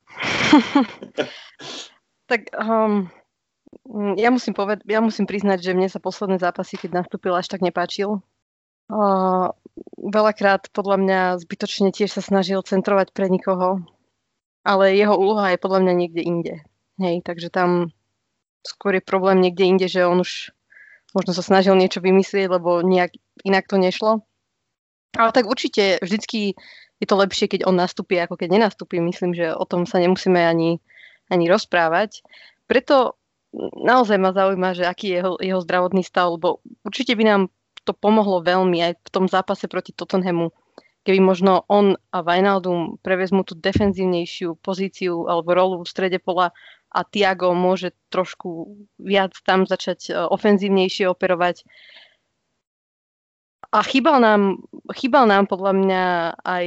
Tak um, ja, musím poved- ja musím priznať, že mne sa posledné zápasy, keď nastúpil, až tak nepáčil. Uh, veľakrát podľa mňa zbytočne tiež sa snažil centrovať pre nikoho, ale jeho úloha je podľa mňa niekde inde. Hej, takže tam skôr je problém niekde inde, že on už možno sa snažil niečo vymyslieť, lebo nejak inak to nešlo. Ale tak určite vždycky je to lepšie, keď on nastúpi, ako keď nenastúpi. Myslím, že o tom sa nemusíme ani, ani rozprávať. Preto naozaj ma zaujíma, že aký je jeho, jeho zdravotný stav, lebo určite by nám to pomohlo veľmi aj v tom zápase proti Tottenhamu, keby možno on a Wijnaldum prevezmú tú defenzívnejšiu pozíciu alebo rolu v strede pola a Thiago môže trošku viac tam začať ofenzívnejšie operovať. A chýbal nám, chýbal nám podľa mňa aj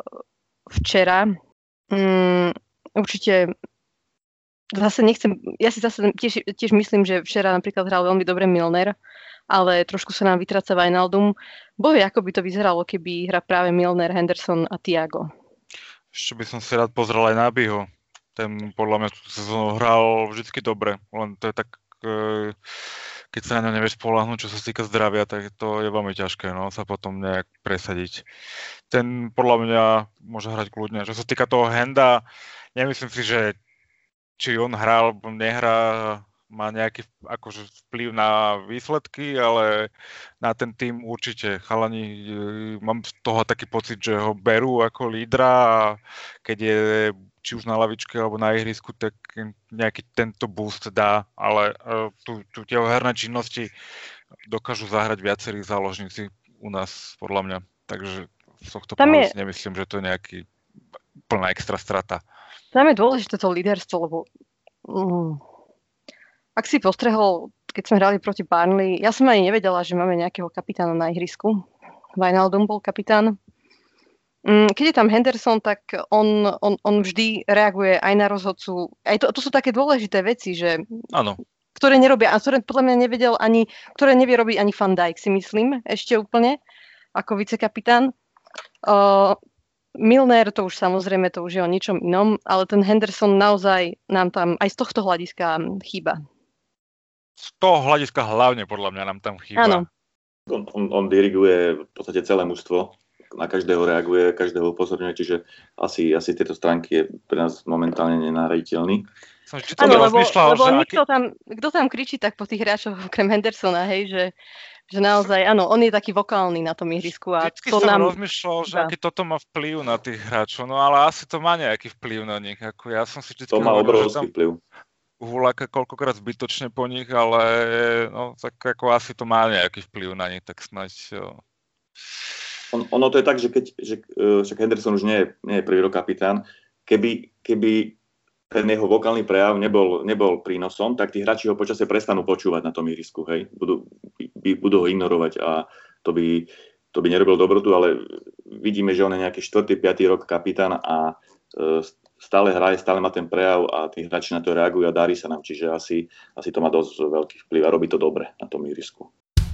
včera. Um, určite zase nechcem, ja si zase tiež, tiež myslím, že včera napríklad hral veľmi dobre Milner, ale trošku sa nám vytráca Wijnaldum. Bože, ako by to vyzeralo, keby hra práve Milner, Henderson a Thiago. Ešte by som si rád pozrel aj Nabyho. Ten podľa mňa tú sezónu hral vždycky dobre, len to je tak, keď sa na ňo nevieš spoľahnúť, čo sa týka zdravia, tak to je veľmi ťažké, no, sa potom nejak presadiť. Ten podľa mňa môže hrať kľudne. Čo sa týka toho Henda, nemyslím si, že či on hral, nehrá, má nejaký akože vplyv na výsledky, ale na ten tým určite. Chalani, mám z toho taký pocit, že ho berú ako lídra a keď je či už na lavičke alebo na ihrisku, tak nejaký tento boost dá, ale uh, tu, tu tie herné činnosti dokážu zahrať viacerí záložníci u nás, podľa mňa. Takže z tohto pohľadu si nemyslím, že to je nejaký plná extra strata. Tam je dôležité to líderstvo, lebo um, ak si postrehol, keď sme hrali proti Burnley, ja som ani nevedela, že máme nejakého kapitána na ihrisku. Wijnaldum bol kapitán. Keď je tam Henderson, tak on, on, on vždy reaguje aj na rozhodcu. Aj to, to sú také dôležité veci, že, ktoré nerobia, a ktoré podľa mňa nevedel ani, ktoré nevie robiť ani Van Dijk, si myslím, ešte úplne, ako vicekapitán. Uh, Milner, to už samozrejme, to už je o ničom inom, ale ten Henderson naozaj nám tam aj z tohto hľadiska chýba. Z toho hľadiska hlavne podľa mňa nám tam chýba. Áno. On, on, on diriguje v podstate celé mužstvo. Na každého reaguje, každého upozorňuje, čiže asi, asi tieto stránky je pre nás momentálne nenahraditeľný. Áno, lebo, lebo nikto aký... tam, kto tam kričí tak po tých hráčoch okrem Hendersona, hej, že, že naozaj, áno, on je taký vokálny na tom ihrisku. A vždycky to som nám... rozmýšľal, že aký toto má vplyv na tých hráčov, no ale asi to má nejaký vplyv na nich. Ako ja som si vždycky to má obrovský vplyv. Huláka koľkokrát zbytočne po nich, ale no, tak ako asi to má nejaký vplyv na nich, tak snáď... Jo. On, ono to je tak, že keď že, však Henderson už nie je, nie je prvý rok kapitán, keby, keby ten jeho vokálny prejav nebol, nebol prínosom, tak tí hráči ho počasie prestanú počúvať na tom ihrisku, hej, budú, by, budú ho ignorovať a to by, to by nerobil dobrotu, ale vidíme, že on je nejaký štvrtý, piatý rok kapitán a e, stále hraje, stále má ten prejav a tí hráči na to reagujú a darí sa nám, čiže asi, asi to má dosť veľký vplyv a robí to dobre na tom ihrisku.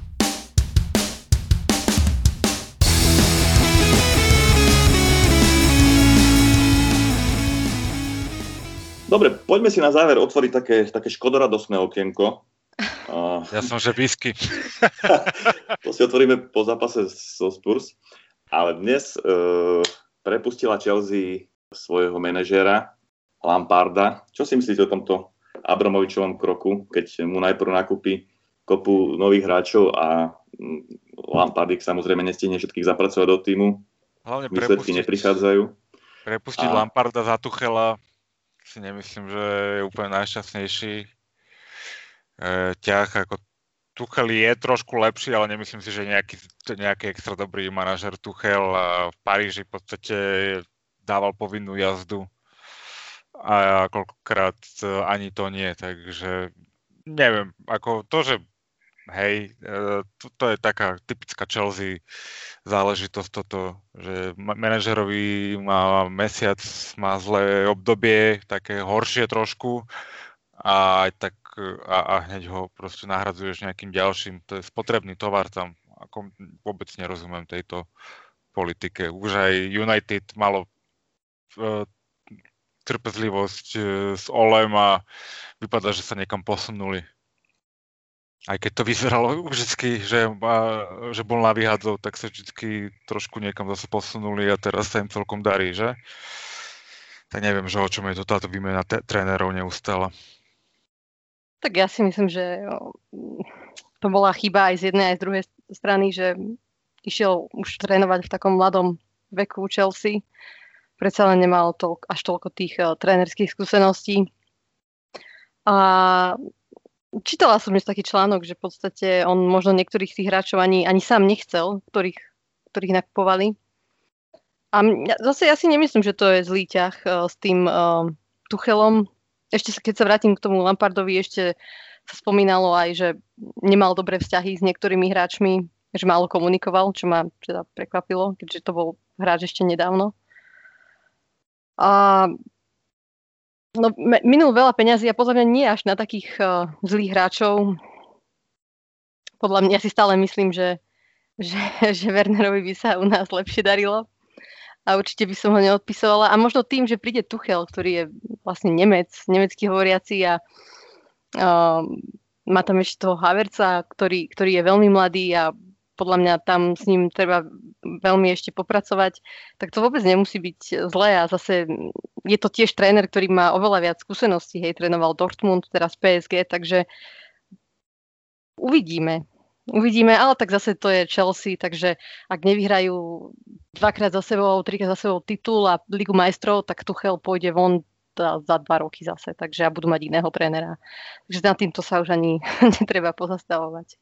Dobre, poďme si na záver otvoriť také, také škodoradosné okienko. Ja som, že whisky. To si otvoríme po zápase so Spurs. Ale dnes e, prepustila Chelsea svojho manažéra Lamparda. Čo si myslíte o tomto Abramovičovom kroku, keď mu najprv nakúpi kopu nových hráčov a Lampard samozrejme nestihne všetkých zapracovať do týmu. Hlavne výsledky prepustiť, neprichádzajú. Prepustiť a... Lamparda za Tuchela si nemyslím, že je úplne najšťastnejší e, ťah. Ako Tuchel je trošku lepší, ale nemyslím si, že je nejaký, nejaký extra dobrý manažer Tuchel. A v Paríži v podstate dával povinnú jazdu a koľkokrát ani to nie. Takže neviem, ako to, že hej, to, to je taká typická Chelsea záležitosť toto, že manažerovi má mesiac, má zlé obdobie, také horšie trošku a aj tak a, a hneď ho proste nahradzuješ nejakým ďalším. To je spotrebný tovar tam. Ako vôbec nerozumiem tejto politike. Už aj United malo uh, trpezlivosť uh, s Olem a vypadá, že sa niekam posunuli. Aj keď to vyzeralo vždycky, že, že bol na vyhádzov, tak sa vždycky trošku niekam zase posunuli a teraz sa im celkom darí, že? Tak neviem, že o čom je to táto výmena t- trénerov neustále. Tak ja si myslím, že to bola chyba aj z jednej, aj z druhej strany, že išiel už trénovať v takom mladom veku Chelsea. Predsa len nemal toľko, až toľko tých uh, trénerských skúseností. A čítala som dnes taký článok, že v podstate on možno niektorých tých hráčov ani, ani sám nechcel, ktorých, ktorých nakupovali. A mňa, zase ja si nemyslím, že to je zlý ťah uh, s tým uh, Tuchelom. Ešte keď sa vrátim k tomu Lampardovi, ešte sa spomínalo aj, že nemal dobré vzťahy s niektorými hráčmi, že málo komunikoval, čo ma teda prekvapilo, keďže to bol hráč ešte nedávno. A no, minul veľa peňazí a podľa mňa nie až na takých uh, zlých hráčov. Podľa mňa, ja si stále myslím, že, že, že Wernerovi by sa u nás lepšie darilo. A určite by som ho neodpisovala. A možno tým, že príde Tuchel, ktorý je vlastne Nemec, nemecký hovoriaci a uh, má tam ešte toho Havertza, ktorý, ktorý je veľmi mladý a podľa mňa tam s ním treba veľmi ešte popracovať, tak to vôbec nemusí byť zlé. A zase je to tiež tréner, ktorý má oveľa viac skúseností. Hej, trénoval Dortmund, teraz pé es gé, takže uvidíme. Uvidíme, ale tak zase to je Chelsea, takže ak nevyhrajú dvakrát za sebou, trikrát za sebou titul a Ligu majstrov, tak Tuchel pôjde von za dva roky zase, takže a budú mať iného trénera. Takže nad týmto sa už ani netreba pozastavovať.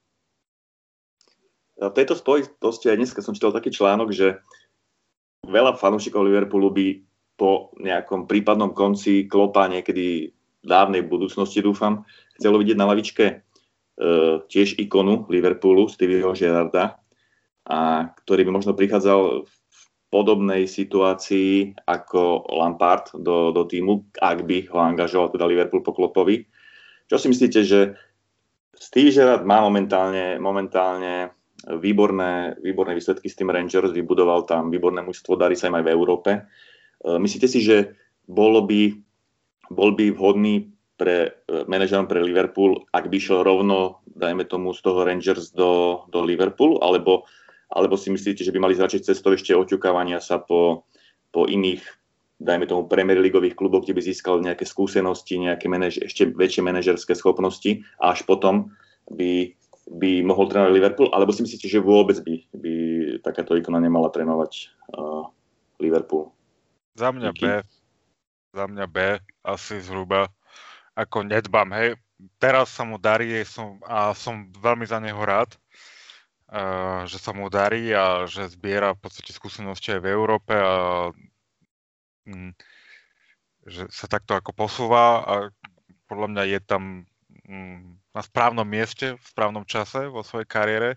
V tejto spojitosti aj dneska som čítal taký článok, že veľa fanúšikov Liverpoolu by po nejakom prípadnom konci Kloppa niekedy v dávnej budúcnosti, dúfam, chcelo vidieť na lavičke Uh, tiež ikonu Liverpoolu, Stevieho Gerrarda, a ktorý by možno prichádzal v podobnej situácii ako Lampard do, do týmu, ak by ho angažoval teda Liverpool po Kloppovi. Čo si myslíte, že Steve Gerrard má momentálne, momentálne výborné, výborné výsledky s tým Rangers, vybudoval tam výborné mužstvo, darí sa im aj v Európe. Uh, myslíte si, že bolo by, bol by vhodný pre manažerom pre Liverpool, ak by šiel rovno, dajme tomu, z toho Rangers do, do Liverpoolu, alebo, alebo si myslíte, že by mali začať cestou ešte oťukávania sa po, po iných, dajme tomu, Premier Leagueových kluboch, kde by získal nejaké skúsenosti, nejaké manaž, ešte väčšie manažerské schopnosti a až potom by, by mohol trénovať Liverpool, alebo si myslíte, že vôbec by, by takáto ikona nemala trénovať uh, Liverpool? Za mňa Díky. B. Za mňa B, asi zhruba. Ako nedbám, hej. Teraz sa mu darí som, a som veľmi za neho rád, uh, že sa mu darí a že zbiera v podstate skúsenosti aj v Európe a mm, že sa takto ako posúva a podľa mňa je tam mm, na správnom mieste, v správnom čase vo svojej kariére.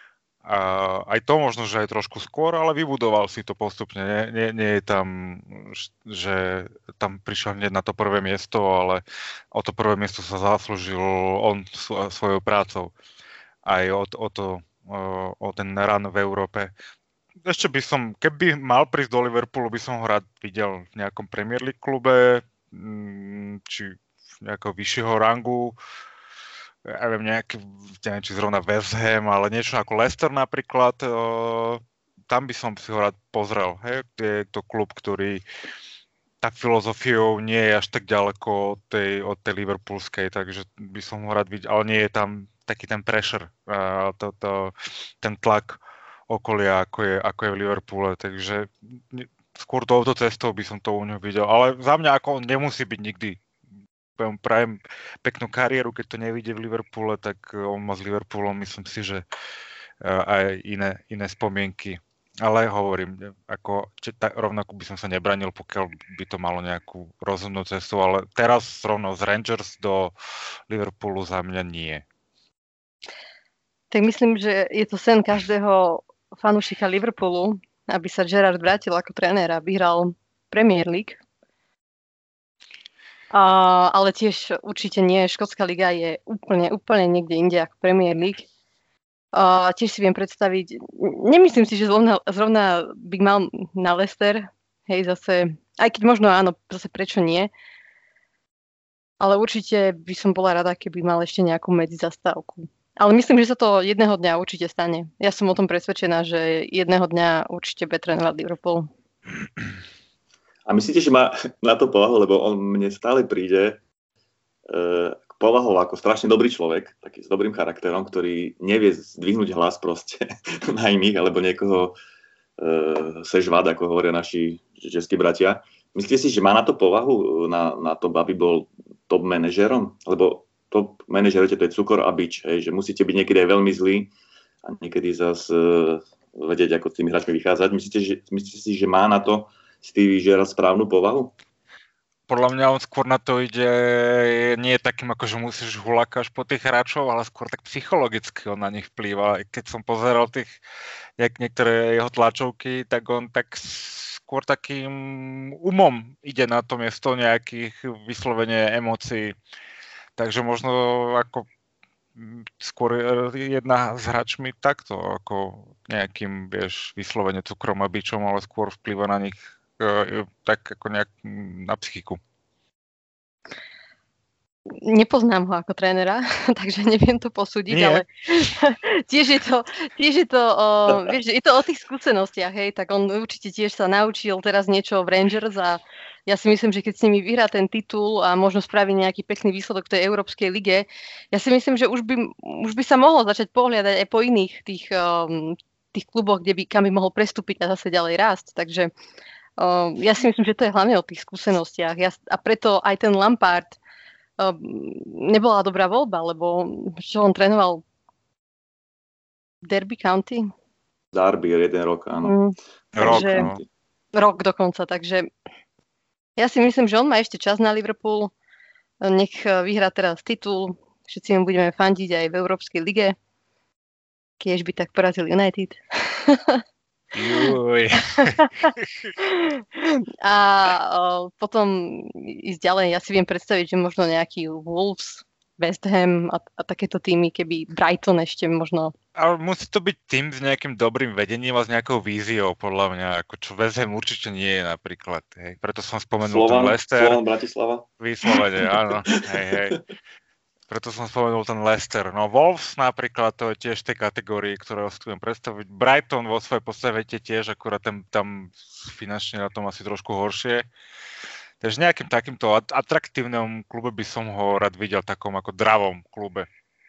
A aj to možno, že aj trošku skôr, ale vybudoval si to postupne. Nie, nie, nie je tam, že tam prišiel hneď na to prvé miesto, ale o to prvé miesto sa zaslúžil on svojou prácou. Aj o, o, to, o, o ten run v Európe. Ešte by som, keby mal prísť do Liverpoolu, by som ho rád videl v nejakom Premier League klube, či nejakého vyššieho rangu. Ja viem, nejaký, neviem, či zrovna West Ham, ale niečo ako Leicester napríklad, uh, tam by som si ho rád pozrel. Hej? Je to klub, ktorý tak filozofiou nie je až tak ďaleko od tej, od tej liverpoolskej, takže by som ho rád videl, ale nie je tam taký ten pressure, uh, to, to, ten tlak okolia, ako je, ako je v Liverpoole, takže skôr touto cestou by som to u ňo videl, ale za mňa ako on nemusí byť nikdy. Prajem peknú kariéru, keď to nevidie v Liverpoole, tak on má s Liverpoolom, myslím si, že uh, aj iné, iné spomienky. Ale hovorím, ako, či, tak, rovnako by som sa nebranil, pokiaľ by to malo nejakú rozumnú cestu, ale teraz rovno z Rangers do Liverpoolu za mňa nie. Tak myslím, že je to sen každého fanúšika Liverpoolu, aby sa Gerrard vrátil ako tréner a vyhral Premier League. Uh, ale tiež určite nie, škótska liga je úplne, úplne niekde inde ako Premier League. Uh, tiež si viem predstaviť, nemyslím si, že zrovna, zrovna by mal na Leicester, hej, zase, aj keď možno áno, zase prečo nie, ale určite by som bola rada, keby mal ešte nejakú medzizastávku. Ale myslím, že sa to jedného dňa určite stane. Ja som o tom presvedčená, že jedného dňa určite bude trénovať Liverpool. A myslíte, že má na to povahu, lebo on mne stále príde uh, povahou ako strašne dobrý človek, taký s dobrým charakterom, ktorý nevie zdvihnúť hlas proste na iných, alebo niekoho uh, sežvať, ako hovoria naši českí bratia. Myslíte si, že má na to povahu, na, na to, aby bol top manažérom? Lebo top manažér, to je cukor a bič, hej, že musíte byť niekedy aj veľmi zlý a niekedy zase uh, vedieť, ako s tými hráčmi vychádzať. Myslíte, že, myslíte si, že má na to Stevie Gerrard správnu povahu? Podľa mňa on skôr na to ide, nie je takým ako, že musíš hulakáš po tých hráčov, ale skôr tak psychologicky on na nich vplýva. Keď som pozeral tých, niek- niektoré jeho tlačovky, tak on tak skôr takým umom ide na to miesto nejakých vyslovene emócií. Takže možno ako skôr jedna s hráčmi takto, ako nejakým, vieš, vyslovene cukrom a bičom, ale skôr vplýva na nich tak ako nejak na psychiku. Nepoznám ho ako trénera, takže neviem to posúdiť, Nie. ale tiež je to, tiež je to, o, vieš, je to o tých skúsenostiach, hej, tak on určite tiež sa naučil teraz niečo v Rangers a ja si myslím, že keď s nimi vyhrá ten titul a možno spraví nejaký pekný výsledok v tej Európskej lige, ja si myslím, že už by, už by sa mohol začať pohľadať aj po iných tých, um, tých kluboch, kde by, kam by mohol prestúpiť a zase ďalej rásť, takže Uh, ja si myslím, že to je hlavne o tých skúsenostiach. Ja, a preto aj ten Lampard uh, nebola dobrá voľba, lebo čo on trénoval Derby County? Derby, jeden rok, áno. Mm, rok, takže, no. Rok dokonca, takže ja si myslím, že on má ešte čas na Liverpool. Nech vyhrá teraz titul. Všetci mu budeme fandiť aj v Európskej lige. Keď by tak porazil United. Juj. A o, potom ísť ďalej, ja si viem predstaviť, že možno nejaký Wolves, West Ham a, a takéto týmy, keby Brighton ešte možno. Ale musí to byť tým s nejakým dobrým vedením a s nejakou víziou, podľa mňa, ako čo West Ham určite nie je napríklad. Hej. Preto som spomenul Slovan, ten Leicester. Slovan Bratislava. Vyslovene, áno. Hej, hej. Preto som spomenul ten Leicester. No Wolves napríklad, to je tiež v tej kategórii, ktorého si chcem predstaviť. Brighton vo svojej podstate tiež, akurát tam, tam finančne na tom asi trošku horšie. Takže nejakým takýmto atraktívnom klube by som ho rád videl, takom ako dravom klube.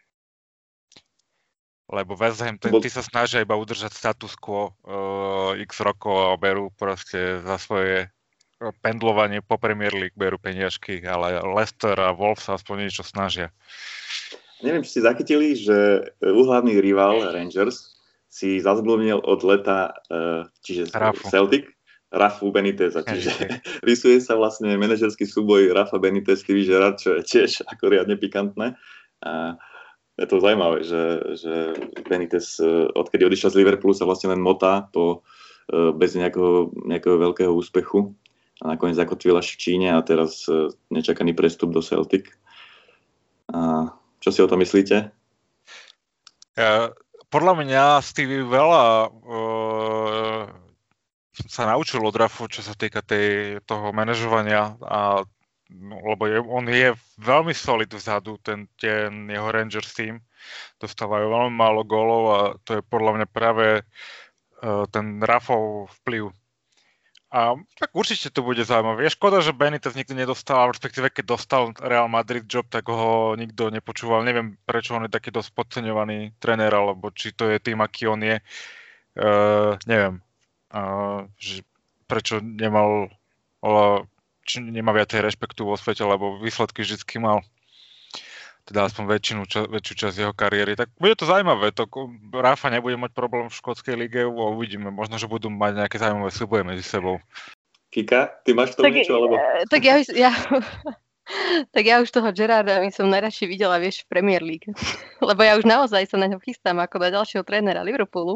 Lebo West Ham, tí sa snažia iba udržať status quo uh, x rokov a berú proste za svoje pendlovanie po Premier League, berú peniažky, ale Leicester a Wolves sa aspoň niečo snažia. Neviem, či ste zachytili, že úhlavný rival Rangers si zazblúbnil od leta, čiže Rafu. Celtic, Rafu Beniteza, čiže rysuje sa vlastne manažerský súboj Rafa Benitez, Stevie Gerrard, čo je tiež ako riadne pikantné. A je to zaujímavé, že, že Benitez, odkedy odišiel z Liverpoolu, sa vlastne len motá po, bez nejakého, nejakého veľkého úspechu. A nakoniec zakotvil až v Číne a teraz uh, nečakaný prestup do Celtic. A čo si o tom myslíte? Ja, podľa mňa Stevie veľa uh, sa naučil od Rafu, čo sa týka tej, toho manažovania, a, no, lebo je, on je veľmi solid vzadu, ten, ten jeho Rangers team. Dostávajú veľmi málo gólov a to je podľa mňa práve uh, ten Rafov vplyv. A tak určite to bude zaujímavé. Je škoda, že Benitez nikdy nedostal, respektíve keď dostal Real Madrid job, tak ho nikto nepočúval. Neviem, prečo on je taký dosť podceňovaný tréner, alebo či to je tým, aký on je. Uh, neviem, uh, že prečo nemal, ale, či nemá viacej rešpektu vo svete, lebo výsledky vždycky mal. Teda aspoň väčšinu, ča, väčšiu časť jeho kariéry. Tak bude to zaujímavé. To, Rafa nebude mať problém v škótskej lige a uvidíme. Možno, že budú mať nejaké zaujímavé súboje medzi sebou. Kika, ty máš to niečo? Alebo... Tak ja, ja, tak ja už toho Gerrarda my som najradšej videla, vieš, v Premier League. Lebo ja už naozaj sa na ňo chystám ako na ďalšieho trénera Liverpoolu.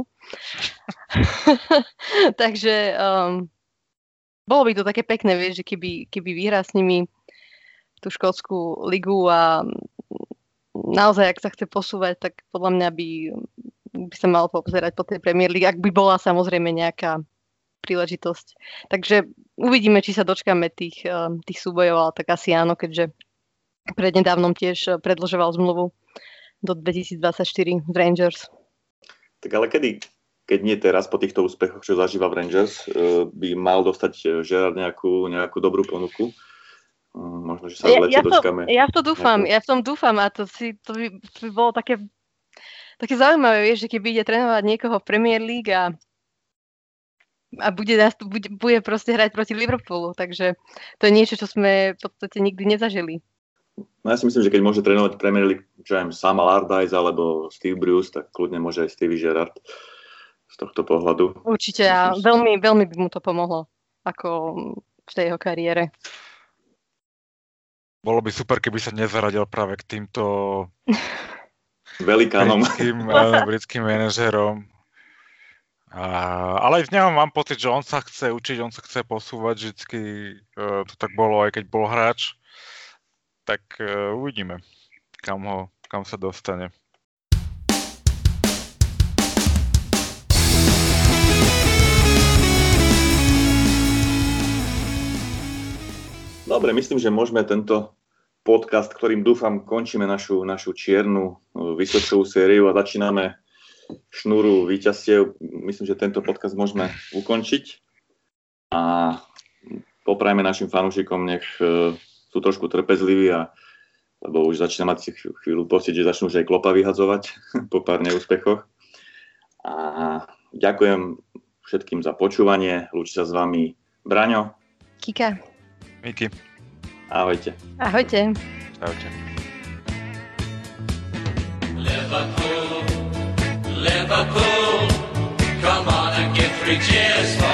Takže um, bolo by to také pekné, vieš, že keby, keby vyhrá s nimi tú škótsku ligu a naozaj, ak sa chce posúvať, tak podľa mňa by, by sa malo popozerať po tej Premier League, ak by bola samozrejme nejaká príležitosť. Takže uvidíme, či sa dočkáme tých, tých súbojov, ale tak asi áno, keďže prednedávnom tiež predĺžoval zmluvu do dvetisícdvadsaťštyri v Rangers. Tak ale kedy, keď nie teraz, po týchto úspechoch, čo zažíva v Rangers, by mal dostať Gerrard nejakú, nejakú dobrú ponuku? Možno, že sa v lete ja, ja dočkáme. To, ja v to dúfam, nejakú... ja v tom dúfam a to, si, to, by, to by bolo také, také zaujímavé, vieš, že keby ide trénovať niekoho v Premier League a, a bude, bude, bude proste hrať proti Liverpoolu, takže to je niečo, čo sme v podstate nikdy nezažili. No ja si myslím, že keď môže trénovať Premier League, čo aj Sam Allardyce alebo Steve Bruce, tak kľudne môže aj Stevie Gerrard z tohto pohľadu. Určite a veľmi, veľmi by mu to pomohlo ako v tej jeho kariére. Bolo by super, keby sa nezaradil práve k týmto velikánom, britským, britským manažerom. A, ale aj z neho mám pocit, že on sa chce učiť, on sa chce posúvať vždycky. To tak bolo, aj keď bol hráč. Tak uh, uvidíme, kam, ho, kam sa dostane. Dobre, myslím, že môžeme tento podcast, ktorým dúfam, končíme našu, našu čiernu výsledkovú sériu a začíname šnúru víťazstiev. Myslím, že tento podcast môžeme ukončiť a poprajme našim fanúšikom, nech sú trošku trpezliví, a, lebo už začína mať si chvíľu pocit, že začnú už aj klopa vyhadzovať po pár neúspechoch. A ďakujem všetkým za počúvanie. Lúči sa s vami Braňo. Kika. Miki. Ahojte. Ahojte. Ahojte. Liverpool, Liverpool, come on and give three cheers for